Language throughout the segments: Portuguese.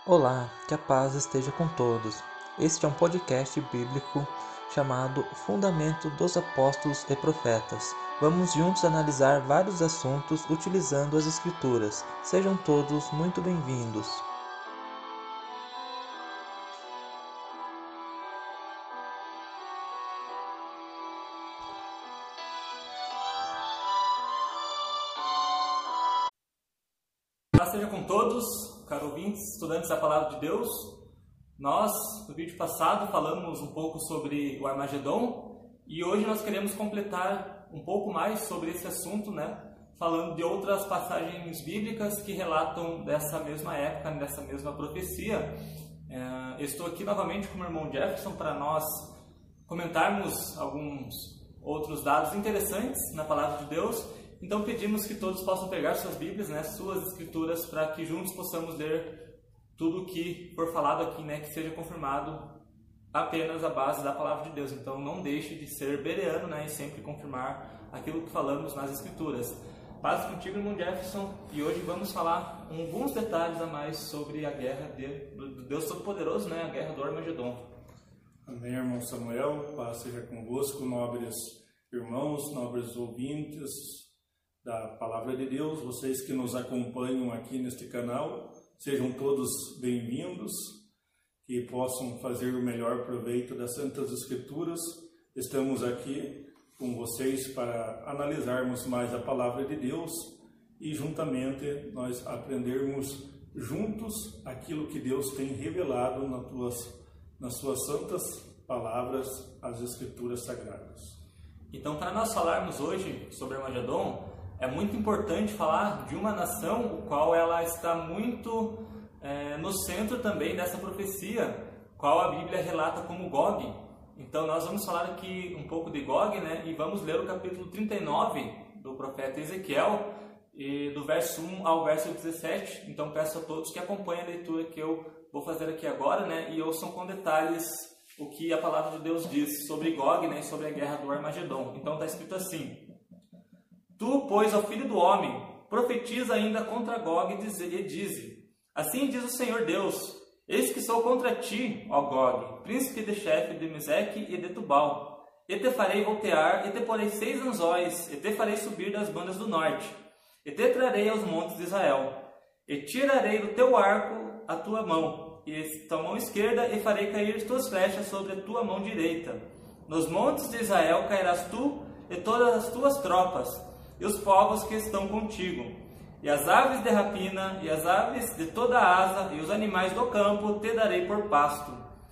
Olá, que a paz esteja com todos. Este é um podcast bíblico chamado Fundamento dos Apóstolos e Profetas. Vamos juntos analisar vários assuntos utilizando as Escrituras. Sejam todos muito bem-vindos. Paz seja com todos, caros ouvintes, estudantes da Palavra de Deus. Nós, no vídeo passado, falamos um pouco sobre o Armagedon e hoje nós queremos completar um pouco mais sobre esse assunto, falando de outras passagens bíblicas que relatam dessa mesma época, dessa mesma profecia. Estou aqui novamente com o meu irmão Jefferson para nós comentarmos alguns outros dados interessantes na Palavra de Deus. Então pedimos que todos possam pegar suas Bíblias, suas Escrituras, para que juntos possamos ler tudo o que for falado aqui, que seja confirmado apenas à base da Palavra de Deus. Então não deixe de ser bereano, e sempre confirmar aquilo que falamos nas Escrituras. Paz contigo, irmão Jefferson, e hoje vamos falar alguns detalhes a mais sobre a guerra do Deus Todo-Poderoso, a guerra do Armagedon. Amém, irmão Samuel, paz seja convosco, nobres irmãos, nobres ouvintes da Palavra de Deus, vocês que nos acompanham aqui neste canal, sejam todos bem-vindos, que possam fazer o melhor proveito das Santas Escrituras. Estamos aqui com vocês para analisarmos mais a Palavra de Deus e juntamente nós aprendermos juntos aquilo que Deus tem revelado nas suas santas palavras, as Escrituras Sagradas. Então, para nós falarmos hoje sobre Armagedon, é muito importante falar de uma nação o qual ela está muito no centro também dessa profecia, qual a Bíblia relata como Gog. Então nós vamos falar aqui um pouco de Gog, e vamos ler o capítulo 39 do profeta Ezequiel, e do verso 1 ao verso 17. Então peço a todos que acompanhem a leitura que eu vou fazer aqui agora, e ouçam com detalhes o que a palavra de Deus diz sobre Gog, e sobre a guerra do Armagedon. Então está escrito assim: Tu, pois, ó filho do homem, profetiza ainda contra Gog e dize: Assim diz o Senhor Deus, eis que sou contra ti, ó Gog, príncipe de chefe de Meseque e de Tubal. E te farei voltear, e te porei 6 anzóis, e te farei subir das bandas do norte, e te trarei aos montes de Israel. E tirarei do teu arco a tua mão, e tua mão esquerda, e farei cair tuas flechas sobre a tua mão direita. Nos montes de Israel cairás tu e todas as tuas tropas, e os povos que estão contigo, e as aves de rapina, e as aves de toda a asa, e os animais do campo te darei por pasto.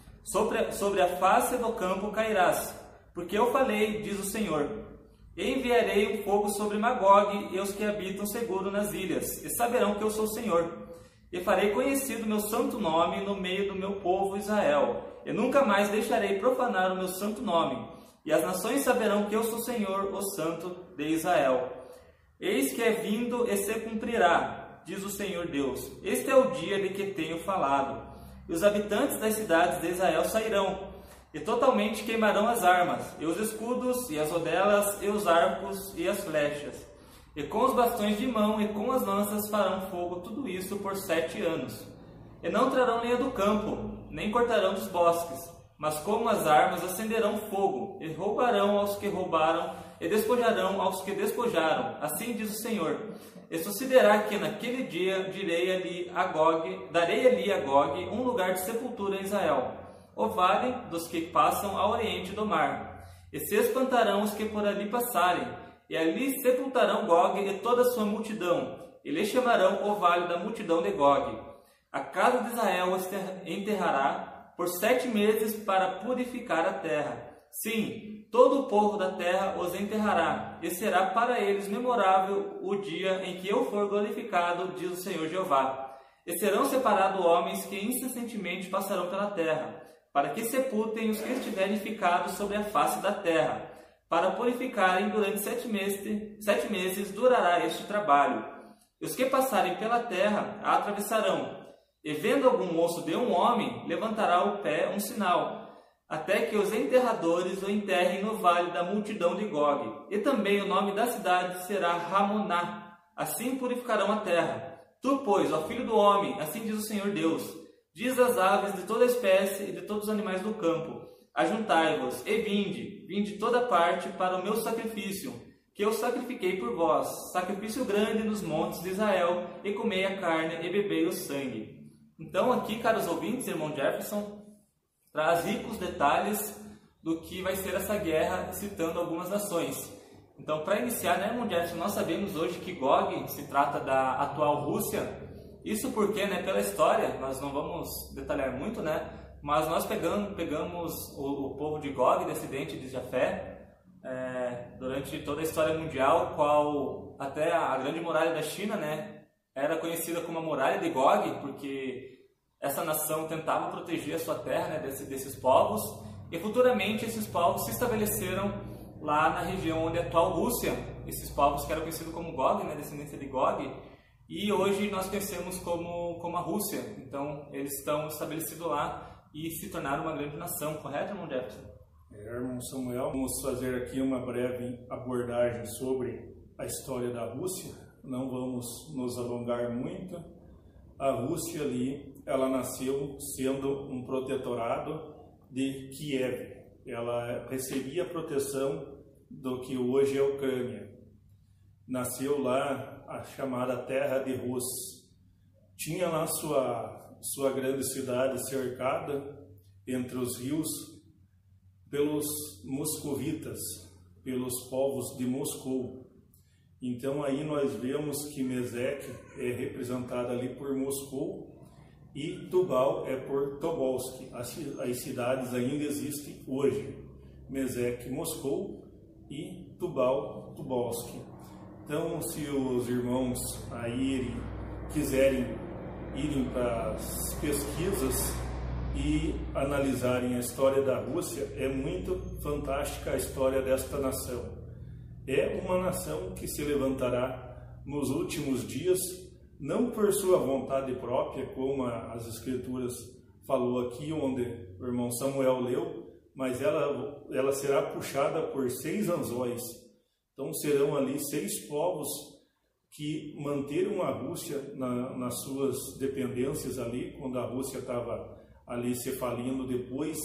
Sobre a face do campo cairás, porque eu falei, diz o Senhor. E enviarei um fogo sobre Magog e os que habitam seguro nas ilhas, e saberão que eu sou o Senhor. E farei conhecido meu santo nome no meio do meu povo Israel, e nunca mais deixarei profanar o meu santo nome. E as nações saberão que eu sou o Senhor, o Santo de Israel. Eis que é vindo e se cumprirá, diz o Senhor Deus. Este é o dia de que tenho falado. E os habitantes das cidades de Israel sairão, e totalmente queimarão as armas, e os escudos, e as rodelas, e os arcos, e as flechas. E com os bastões de mão e com as lanças farão fogo tudo isso por 7 anos. E não trarão lenha do campo, nem cortarão dos bosques, mas como as armas acenderão fogo, e roubarão aos que roubaram, e despojarão aos que despojaram. Assim diz o Senhor. E sucederá que naquele dia darei ali a Gog um lugar de sepultura em Israel, o vale dos que passam ao oriente do mar. E se espantarão os que por ali passarem, e ali sepultarão Gog e toda a sua multidão, e lhe chamarão o vale da multidão de Gog. A casa de Israel os enterrará por 7 meses para purificar a terra. Sim, todo o povo da terra os enterrará, e será para eles memorável o dia em que eu for glorificado, diz o Senhor Jeová. E serão separados homens que incessantemente passarão pela terra, para que sepultem os que estiverem ficados sobre a face da terra, para purificarem durante 7 meses. 7 meses durará este trabalho. E os que passarem pela terra a atravessarão, e vendo algum osso de um homem, levantará o pé um sinal, até que os enterradores o enterrem no vale da multidão de Gog. E também o nome da cidade será Ramoná. Assim purificarão a terra. Tu, pois, ó filho do homem, assim diz o Senhor Deus, Diz às aves de toda espécie e de todos os animais do campo: ajuntai-vos e vinde toda parte para o meu sacrifício, que eu sacrifiquei por vós, sacrifício grande nos montes de Israel, e comei a carne e bebei o sangue. Então aqui, caros ouvintes, irmão Jefferson traz ricos detalhes do que vai ser essa guerra, citando algumas nações. Então, para iniciar, né, irmão Jefferson, nós sabemos hoje que Gog se trata da atual Rússia. Isso porque, né, pela história, nós não vamos detalhar muito, né, mas nós pegamos o povo de Gog, descendente de Jafé, durante toda a história mundial, qual até a grande muralha da China, né, era conhecida como a muralha de Gog, porque essa nação tentava proteger a sua terra, né, desses povos, e futuramente esses povos se estabeleceram lá na região onde é a atual Rússia, esses povos que eram conhecidos como Gog, né, descendência de Gog, e hoje nós conhecemos como a Rússia. Então eles estão estabelecidos lá e se tornaram uma grande nação, correto, irmão Jefferson? Irmão Samuel, vamos fazer aqui uma breve abordagem sobre a história da Rússia, não vamos nos alongar muito. A Rússia ali, ela nasceu sendo um protetorado de Kiev, ela recebia proteção do que hoje é a Ucrânia. Nasceu lá a chamada Terra de Rus. Tinha lá sua grande cidade cercada entre os rios pelos moscovitas, pelos povos de Moscou. Então aí nós vemos que Mesec é representada ali por Moscou e Tubal é por Tobolsk. As cidades ainda existem hoje, Mesec, Moscou e Tubal, Tobolsk. Então, se os irmãos aí quiserem irem para as pesquisas e analisarem a história da Rússia, é muito fantástica a história desta nação. É uma nação que se levantará nos últimos dias, não por sua vontade própria, como as Escrituras falou aqui, onde o irmão Samuel leu, mas ela será puxada por 6 anzóis. Então serão ali 6 povos que manteram a Rússia nas suas dependências ali, quando a Rússia estava ali se falindo depois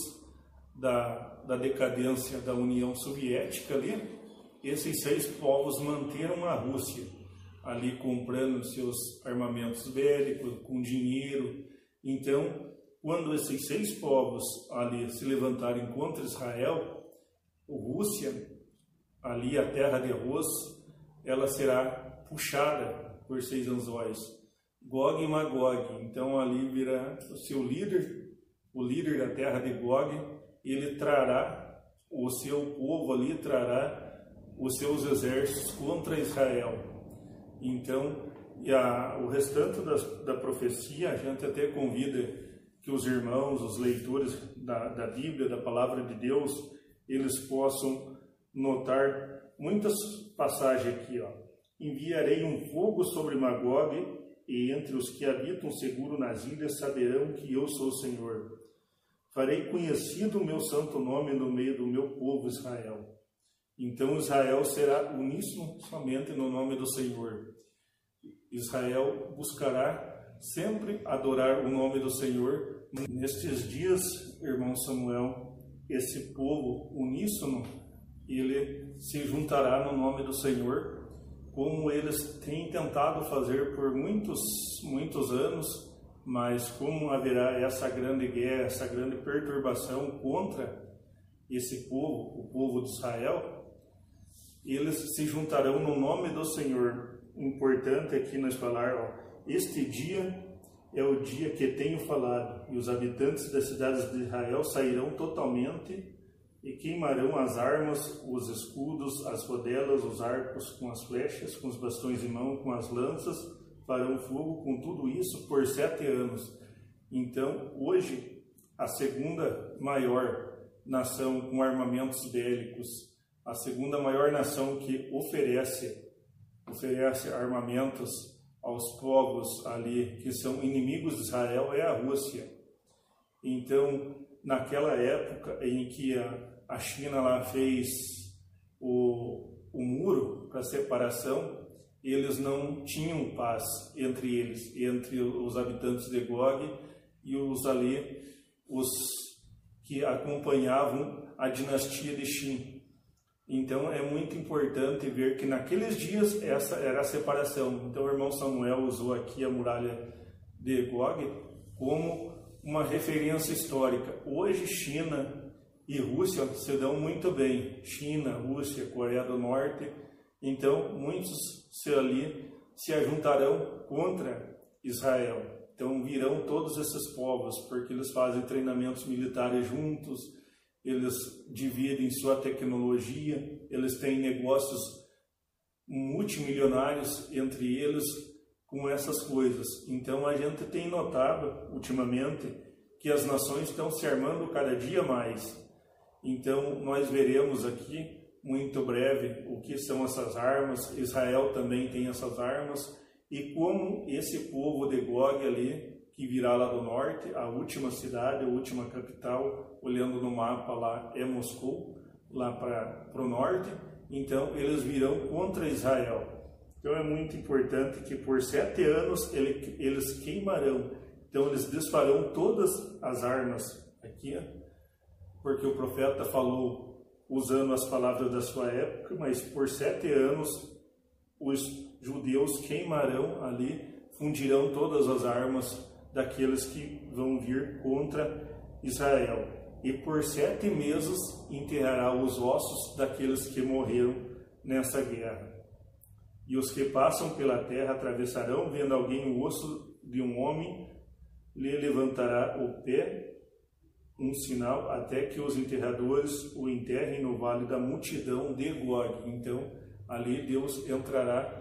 da decadência da União Soviética ali. Esses 6 povos manteram a Rússia ali, comprando seus armamentos bélicos, com dinheiro. Então, quando esses 6 povos ali se levantarem contra Israel, a Rússia, ali a terra de Rus, ela será puxada por 6 anzóis, Gog e Magog. Então ali virá o seu líder, o líder da terra de Gog, ele trará o seu povo ali, trará os seus exércitos contra Israel. Então, o restante da profecia, a gente até convida que os irmãos, os leitores da Bíblia, da Palavra de Deus, eles possam notar muitas passagens aqui, ó. Enviarei um fogo sobre Magog, e entre os que habitam seguro nas ilhas saberão que eu sou o Senhor. Farei conhecido o meu santo nome no meio do meu povo Israel. Então Israel será uníssono somente no nome do Senhor. Israel buscará sempre adorar o nome do Senhor. Nestes dias, irmão Samuel, esse povo uníssono, ele se juntará no nome do Senhor, como eles têm tentado fazer por muitos anos, mas como haverá essa grande guerra, essa grande perturbação contra esse povo, o povo de Israel, eles se juntarão no nome do Senhor. Importante aqui nós falar, ó, este dia é o dia que tenho falado, e os habitantes das cidades de Israel sairão totalmente e queimarão as armas, os escudos, as rodelas, os arcos, com as flechas, com os bastões em mão, com as lanças, farão fogo com tudo isso por 7 anos. Então, hoje, a segunda maior nação com armamentos bélicos, a segunda maior nação que oferece armamentos aos povos ali que são inimigos de Israel é a Rússia. Então, naquela época em que a China lá fez o muro para separação, eles não tinham paz entre eles, entre os habitantes de Gog e os que acompanhavam a dinastia de Shin. Então é muito importante ver que naqueles dias essa era a separação. Então o irmão Samuel usou aqui a muralha de Gog como uma referência histórica. Hoje China e Rússia se dão muito bem. China, Rússia, Coreia do Norte. Então muitos se ajuntarão contra Israel. Então virão todos esses povos, porque eles fazem treinamentos militares juntos, eles dividem sua tecnologia, eles têm negócios multimilionários entre eles com essas coisas. Então a gente tem notado ultimamente que as nações estão se armando cada dia mais. Então nós veremos aqui muito breve o que são essas armas. Israel também tem essas armas, e como esse povo de Gog ali, que virá lá do norte, a última cidade, a última capital, olhando no mapa lá, é Moscou, lá para o norte. Então eles virão contra Israel. Então é muito importante que por 7 anos eles queimarão. Então eles desfarão todas as armas aqui, porque o profeta falou usando as palavras da sua época, mas por 7 anos os judeus queimarão ali, fundirão todas as armas daqueles que vão vir contra Israel. E por 7 meses enterrará os ossos daqueles que morreram nessa guerra. E os que passam pela terra atravessarão, vendo alguém o osso de um homem, lhe levantará o pé, um sinal, até que os enterradores o enterrem no vale da multidão de Gog. Então, ali Deus entrará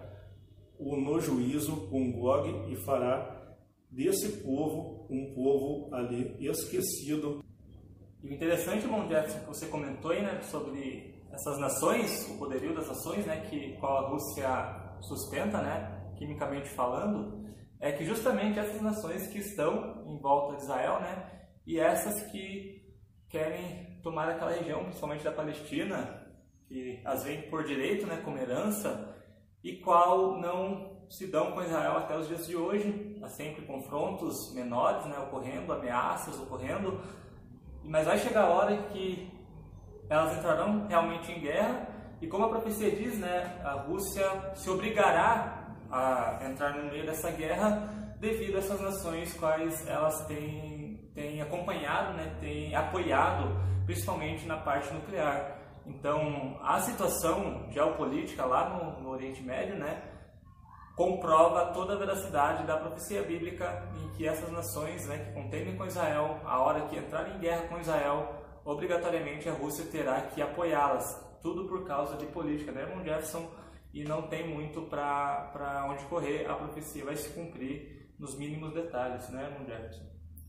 no juízo com Gog e fará desse povo um povo ali esquecido. E o interessante, irmão Jefferson, que você comentou aí, né, sobre essas nações, o poderio das nações, né, qual a Rússia sustenta, né, quimicamente falando, é que justamente essas nações que estão em volta de Israel, né, e essas que querem tomar aquela região, principalmente da Palestina, que as veem por direito, né, como herança, e qual não se dão com Israel até os dias de hoje. Há sempre confrontos menores, né, ocorrendo, ameaças ocorrendo, mas vai chegar a hora que elas entrarão realmente em guerra, e como a profecia diz, né, a Rússia se obrigará a entrar no meio dessa guerra devido a essas nações quais elas têm acompanhado, né, têm apoiado, principalmente na parte nuclear. Então, a situação geopolítica lá no Oriente Médio, né, comprova toda a veracidade da profecia bíblica em que essas nações, né, que contendem com Israel, a hora que entrarem em guerra com Israel, obrigatoriamente a Rússia terá que apoiá-las. Tudo por causa de política, né, irmão Jefferson? E não tem muito para onde correr, a profecia vai se cumprir nos mínimos detalhes, né, irmão Jefferson?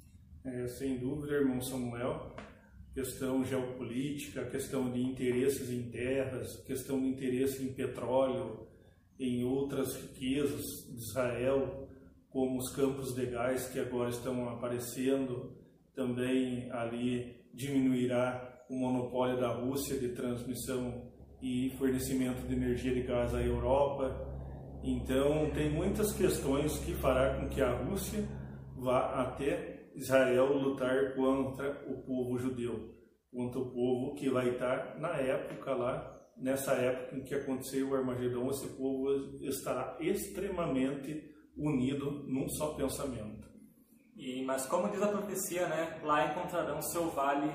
Sem dúvida, irmão Samuel. Questão geopolítica, questão de interesses em terras, questão de interesse em petróleo, em outras riquezas de Israel, como os campos de gás que agora estão aparecendo. Também ali diminuirá o monopólio da Rússia de transmissão e fornecimento de energia de gás à Europa. Então tem muitas questões que fará com que a Rússia vá até Israel lutar contra o povo judeu, contra o povo que vai estar na época lá, nessa época em que aconteceu o Armagedon. Esse povo estará extremamente unido num só pensamento. Mas como diz a profecia, né, lá encontrarão seu vale,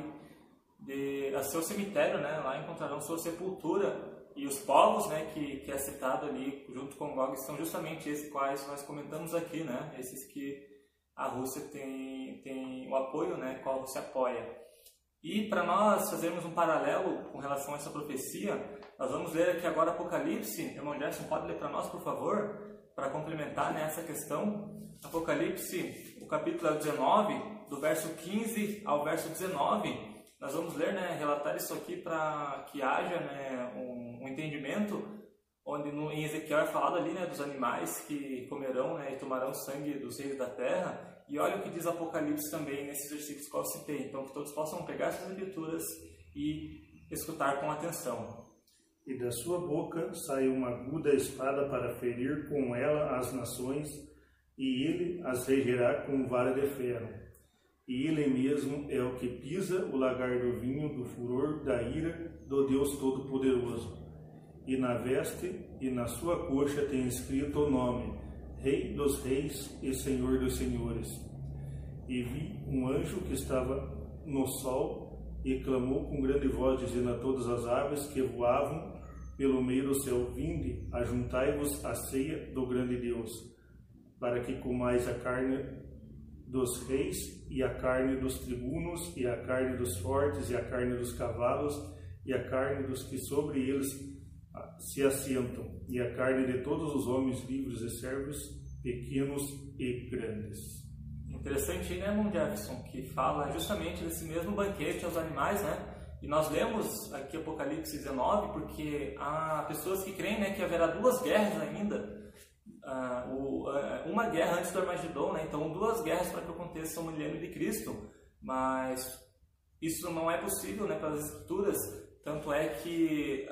seu cemitério, né, lá encontrarão sua sepultura. E os povos, né, que é citado ali junto com Gog são justamente esses quais nós comentamos aqui, né, esses que a Rússia tem o apoio, né, qual você apoia. E para nós fazermos um paralelo com relação a essa profecia, nós vamos ler aqui agora Apocalipse. Irmão Gerson, pode ler para nós, por favor, para complementar, né, essa questão? Apocalipse, o capítulo 19, do verso 15 ao verso 19. Nós vamos ler, né, relatar isso aqui para que haja, né, um entendimento, onde em Ezequiel é falado ali, né, dos animais que comerão, né, e tomarão sangue dos reis da terra. E olha o que diz Apocalipse também nesses versículos que eu citei. Então que todos possam pegar essas escrituras e escutar com atenção. E da sua boca saiu uma aguda espada para ferir com ela as nações, e ele as regerá com vara de ferro. e ele mesmo é o que pisa o lagar do vinho do furor da ira do Deus Todo-Poderoso. E na veste e na sua coxa tem escrito o nome, Rei dos Reis e Senhor dos Senhores. E vi um anjo que estava no sol e clamou com grande voz, dizendo a todas as aves que voavam pelo meio do céu: vinde, ajuntai-vos à ceia do grande Deus, para que comais a carne dos reis, e a carne dos tribunos, e a carne dos fortes, e a carne dos cavalos, e a carne dos que sobre eles se assentam, e a carne de todos os homens livres e servos, pequenos e grandes. Interessante, né, irmão Jefferson, que fala justamente desse mesmo banquete aos animais, né? E nós lemos aqui Apocalipse 19 porque há pessoas que creem, né, que haverá duas guerras ainda. Uma guerra antes do Armagedon, né? Então 2 guerras para que aconteça o milênio de Cristo, mas isso não é possível, né, pelas Escrituras. Tanto é que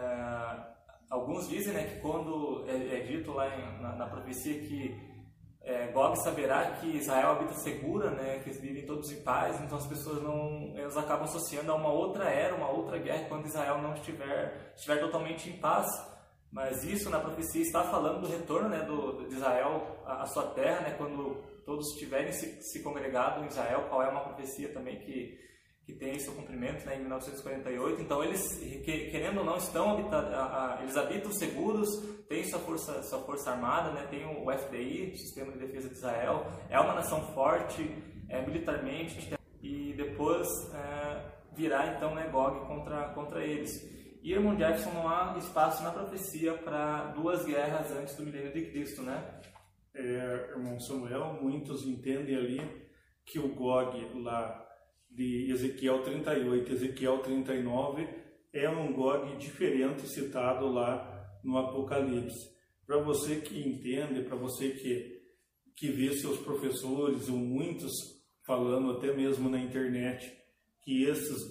alguns dizem, né, que quando é dito lá na profecia que Gog saberá que Israel habita segura, né, que eles vivem todos em paz, então as pessoas elas acabam associando a uma outra era, uma outra guerra, quando Israel não estiver totalmente em paz. Mas isso na profecia está falando do retorno, né, de Israel à sua terra, né, quando todos tiverem se congregado em Israel, qual é uma profecia também que tem seu cumprimento, né, em 1948. Então eles, querendo ou não, eles habitam seguros, têm sua força armada, né, tem o FDI, o Sistema de Defesa de Israel, é uma nação forte militarmente, e depois virá então, né, Gog contra eles. E, irmão Jefferson, não há espaço na profecia para 2 guerras antes do milênio de Cristo, né? Irmão Samuel, muitos entendem ali que o Gog lá de Ezequiel 38, Ezequiel 39, é um Gog diferente citado lá no Apocalipse. Para você que entende, para você que vê seus professores ou muitos falando até mesmo na internet que essas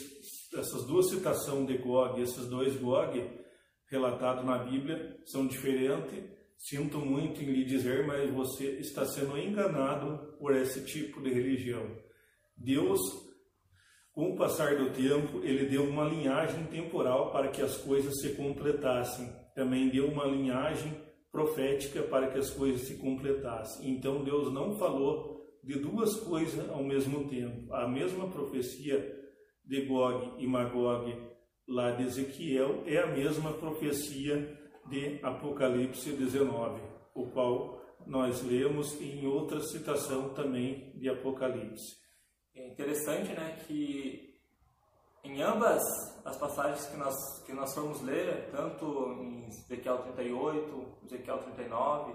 2 citações de Gog, esses 2 Gog relatados na Bíblia são diferentes. Sinto muito em lhe dizer, mas você está sendo enganado por esse tipo de religião. Deus, com o passar do tempo, ele deu uma linhagem temporal para que as coisas se completassem. Também deu uma linhagem profética para que as coisas se completassem. Então Deus não falou de 2 coisas ao mesmo tempo. A mesma profecia de Gog e Magog lá de Ezequiel é a mesma profecia de Apocalipse 19, o qual nós lemos em outra citação também de Apocalipse. É interessante, né, que em ambas as passagens que nós formos ler, tanto em Ezequiel 38, Ezequiel 39,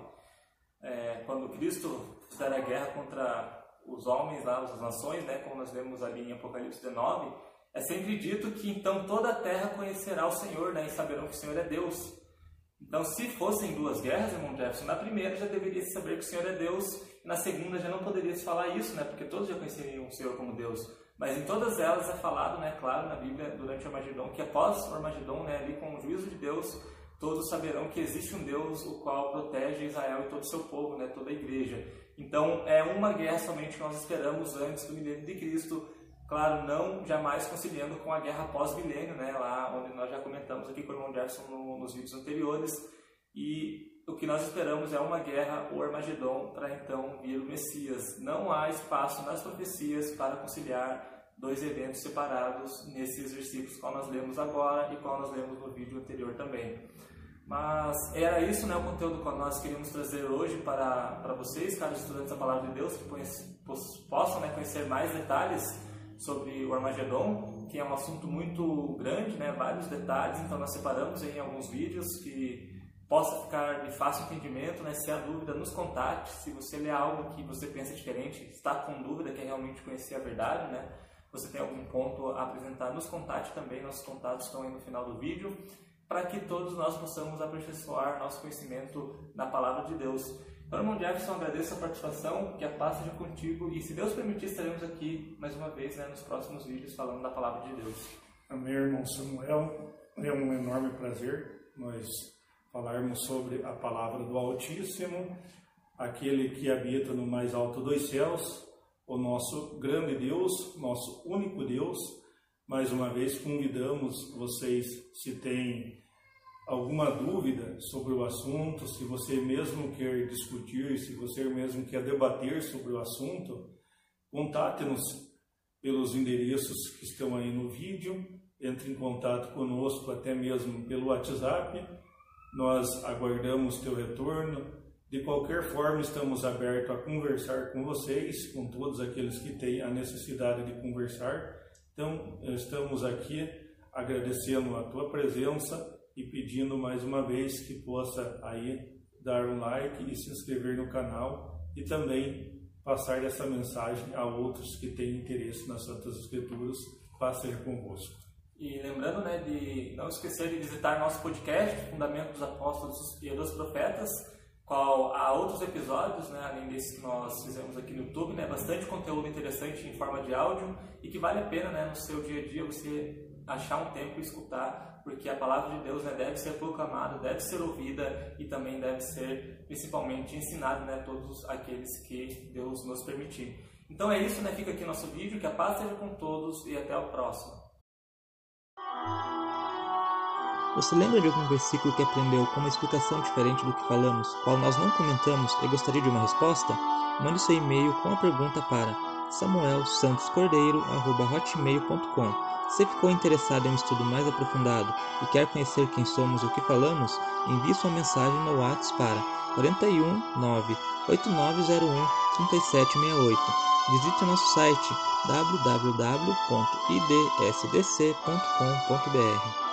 quando Cristo fizer a guerra contra os homens lá, as nações, né, como nós lemos ali em Apocalipse 19, é sempre dito que então toda a terra conhecerá o Senhor, né, e saberão que o Senhor é Deus. Então, se fossem 2 guerras, irmão Jefferson, na primeira já deveria se saber que o Senhor é Deus, e na segunda já não poderia se falar isso, né, porque todos já conheceriam o Senhor como Deus. Mas em todas elas é falado, né, claro, na Bíblia, durante o Armagedon, que após o Armagedon, né, ali com o juízo de Deus, todos saberão que existe um Deus o qual protege Israel e todo o seu povo, né, toda a igreja. Então, é uma guerra somente que nós esperamos antes do milênio de Cristo. Claro, não jamais conciliando com a guerra pós-milênio, né, lá onde nós já comentamos aqui com o irmão Jefferson nos vídeos anteriores. E o que nós esperamos é uma guerra, o Armagedon, para então vir o Messias. Não há espaço nas profecias para conciliar 2 eventos separados nesses versículos que nós lemos agora e qual nós lemos no vídeo anterior também. Mas era isso, né, o conteúdo que nós queríamos trazer hoje para vocês, caros estudantes da Palavra de Deus, que possam, né, conhecer mais detalhes sobre o Armagedon, que é um assunto muito grande, né, vários detalhes. Então nós separamos em alguns vídeos que possa ficar de fácil entendimento, né? Se há dúvida, nos contate. Se você lê algo que você pensa diferente, está com dúvida, quer realmente conhecer a verdade, né? Você tem algum ponto a apresentar, nos contate também. Nossos contatos estão aí no final do vídeo, para que todos nós possamos aperfeiçoar nosso conhecimento na Palavra de Deus. Então, irmão Jefferson, agradeço a participação, que a paz seja contigo, e se Deus permitir, estaremos aqui mais uma vez, né, nos próximos vídeos falando da Palavra de Deus. Amém, irmão Samuel. É um enorme prazer nós falarmos sobre a Palavra do Altíssimo, aquele que habita no mais alto dos céus, o nosso grande Deus, nosso único Deus. Mais uma vez convidamos vocês, se tem alguma dúvida sobre o assunto, se você mesmo quer discutir, se você mesmo quer debater sobre o assunto, contate-nos pelos endereços que estão aí no vídeo, entre em contato conosco até mesmo pelo WhatsApp, nós aguardamos teu retorno. De qualquer forma, estamos abertos a conversar com vocês, com todos aqueles que têm a necessidade de conversar. Então, estamos aqui agradecendo a tua presença e pedindo mais uma vez que possa aí dar um like e se inscrever no canal e também passar essa mensagem a outros que têm interesse nas Santas Escrituras. Paz seja convosco. E lembrando, de não esquecer de visitar nosso podcast, Fundamento dos Apóstolos e dos Profetas, qual há outros episódios, além desse que nós fizemos aqui no YouTube, bastante conteúdo interessante em forma de áudio e que vale a pena, no seu dia a dia, você achar um tempo e escutar, porque a palavra de Deus deve ser proclamada, deve ser ouvida e também deve ser principalmente ensinada, a todos aqueles que Deus nos permitir. Então é isso, fica aqui nosso vídeo, que a paz seja com todos e até o próximo. Você lembra de algum versículo que aprendeu com uma explicação diferente do que falamos, qual nós não comentamos e gostaria de uma resposta? Mande seu e-mail com a pergunta para samuelsantoscordeiro@hotmail.com. Se ficou interessado em um estudo mais aprofundado e quer conhecer quem somos e o que falamos, envie sua mensagem no WhatsApp para 41 98901 3768. Visite o nosso site www.idsdc.com.br.